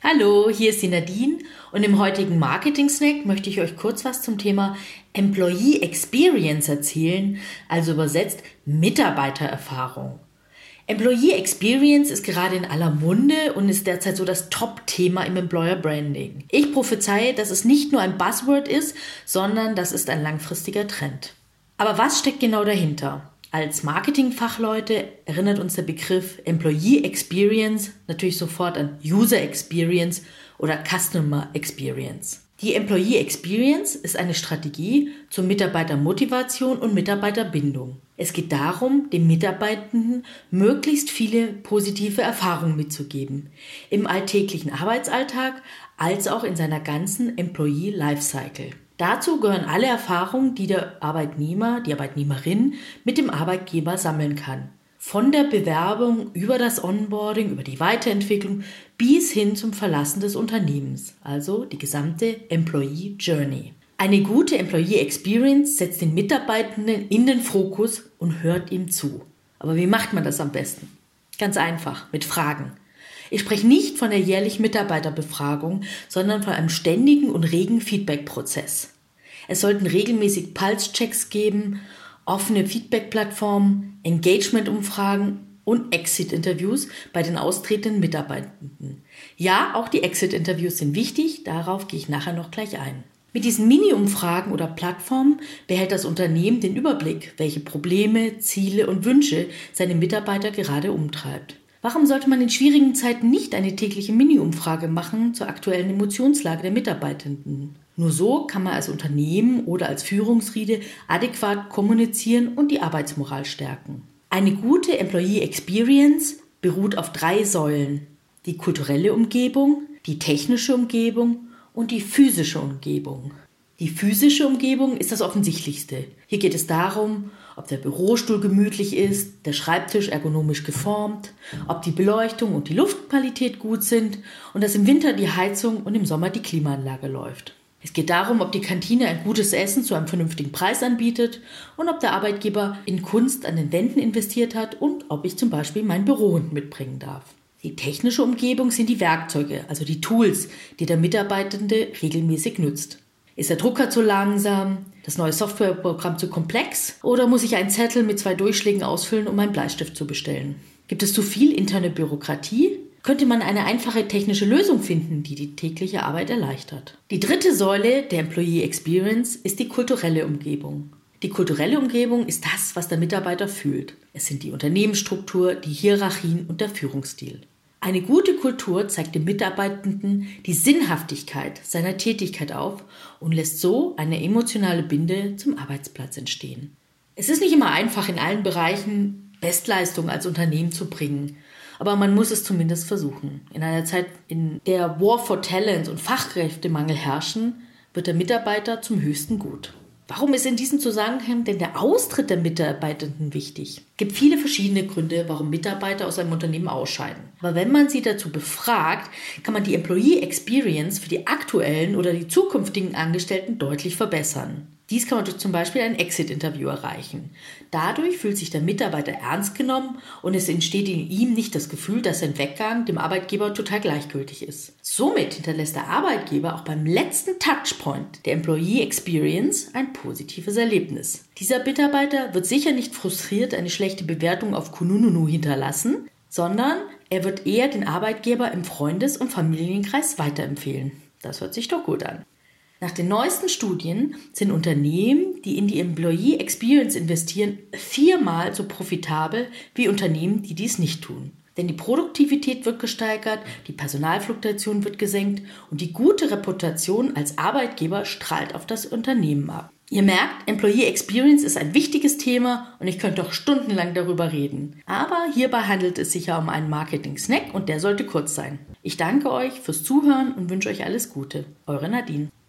Hallo, hier ist die Nadine und im heutigen Marketing-Snack möchte ich euch kurz was zum Thema Employee Experience erzählen, also übersetzt Mitarbeitererfahrung. Employee Experience ist gerade in aller Munde und ist derzeit so das Top-Thema im Employer Branding. Ich prophezeie, dass es nicht nur ein Buzzword ist, sondern das ist ein langfristiger Trend. Aber was steckt genau dahinter? Als Marketingfachleute erinnert uns der Begriff Employee Experience natürlich sofort an User Experience oder Customer Experience. Die Employee Experience ist eine Strategie zur Mitarbeitermotivation und Mitarbeiterbindung. Es geht darum, den Mitarbeitenden möglichst viele positive Erfahrungen mitzugeben, im alltäglichen Arbeitsalltag als auch in seiner ganzen Employee Lifecycle. Dazu gehören alle Erfahrungen, die der Arbeitnehmer, die Arbeitnehmerin mit dem Arbeitgeber sammeln kann. Von der Bewerbung über das Onboarding, über die Weiterentwicklung bis hin zum Verlassen des Unternehmens, also die gesamte Employee Journey. Eine gute Employee Experience setzt den Mitarbeitenden in den Fokus und hört ihm zu. Aber wie macht man das am besten? Ganz einfach, mit Fragen. Ich spreche nicht von der jährlichen Mitarbeiterbefragung, sondern von einem ständigen und regen Feedback-Prozess. Es sollten regelmäßig Pulse-Checks geben, offene Feedback-Plattformen, Engagement-Umfragen und Exit-Interviews bei den austretenden Mitarbeitenden. Ja, auch die Exit-Interviews sind wichtig, darauf gehe ich nachher noch gleich ein. Mit diesen Mini-Umfragen oder Plattformen behält das Unternehmen den Überblick, welche Probleme, Ziele und Wünsche seine Mitarbeiter gerade umtreibt. Warum sollte man in schwierigen Zeiten nicht eine tägliche Mini-Umfrage machen zur aktuellen Emotionslage der Mitarbeitenden? Nur so kann man als Unternehmen oder als Führungsriege adäquat kommunizieren und die Arbeitsmoral stärken. Eine gute Employee Experience beruht auf 3 Säulen: die kulturelle Umgebung, die technische Umgebung und die physische Umgebung. Die physische Umgebung ist das Offensichtlichste. Hier geht es darum, ob der Bürostuhl gemütlich ist, der Schreibtisch ergonomisch geformt, ob die Beleuchtung und die Luftqualität gut sind und dass im Winter die Heizung und im Sommer die Klimaanlage läuft. Es geht darum, ob die Kantine ein gutes Essen zu einem vernünftigen Preis anbietet und ob der Arbeitgeber in Kunst an den Wänden investiert hat und ob ich zum Beispiel meinen Bürohund mitbringen darf. Die technische Umgebung sind die Werkzeuge, also die Tools, die der Mitarbeitende regelmäßig nutzt. Ist der Drucker zu langsam, das neue Softwareprogramm zu komplex oder muss ich einen Zettel mit 2 Durchschlägen ausfüllen, um einen Bleistift zu bestellen? Gibt es zu viel interne Bürokratie? Könnte man eine einfache technische Lösung finden, die die tägliche Arbeit erleichtert? Die 3. Säule der Employee Experience ist die kulturelle Umgebung. Die kulturelle Umgebung ist das, was der Mitarbeiter fühlt. Es sind die Unternehmensstruktur, die Hierarchien und der Führungsstil. Eine gute Kultur zeigt dem Mitarbeitenden die Sinnhaftigkeit seiner Tätigkeit auf und lässt so eine emotionale Binde zum Arbeitsplatz entstehen. Es ist nicht immer einfach, in allen Bereichen Bestleistung als Unternehmen zu bringen, aber man muss es zumindest versuchen. In einer Zeit, in der War for Talent und Fachkräftemangel herrschen, wird der Mitarbeiter zum höchsten Gut. Warum ist in diesem Zusammenhang denn der Austritt der Mitarbeitenden wichtig? Es gibt viele verschiedene Gründe, warum Mitarbeiter aus einem Unternehmen ausscheiden. Aber wenn man sie dazu befragt, kann man die Employee Experience für die aktuellen oder die zukünftigen Angestellten deutlich verbessern. Dies kann man durch zum Beispiel ein Exit-Interview erreichen. Dadurch fühlt sich der Mitarbeiter ernst genommen und es entsteht in ihm nicht das Gefühl, dass sein Weggang dem Arbeitgeber total gleichgültig ist. Somit hinterlässt der Arbeitgeber auch beim letzten Touchpoint der Employee Experience ein positives Erlebnis. Dieser Mitarbeiter wird sicher nicht frustriert eine schlechte Bewertung auf Kununu hinterlassen, sondern er wird eher den Arbeitgeber im Freundes- und Familienkreis weiterempfehlen. Das hört sich doch gut an. Nach den neuesten Studien sind Unternehmen, die in die Employee Experience investieren, 4-mal so profitabel wie Unternehmen, die dies nicht tun. Denn die Produktivität wird gesteigert, die Personalfluktuation wird gesenkt und die gute Reputation als Arbeitgeber strahlt auf das Unternehmen ab. Ihr merkt, Employee Experience ist ein wichtiges Thema und ich könnte auch stundenlang darüber reden. Aber hierbei handelt es sich ja um einen Marketing-Snack und der sollte kurz sein. Ich danke euch fürs Zuhören und wünsche euch alles Gute. Eure Nadine.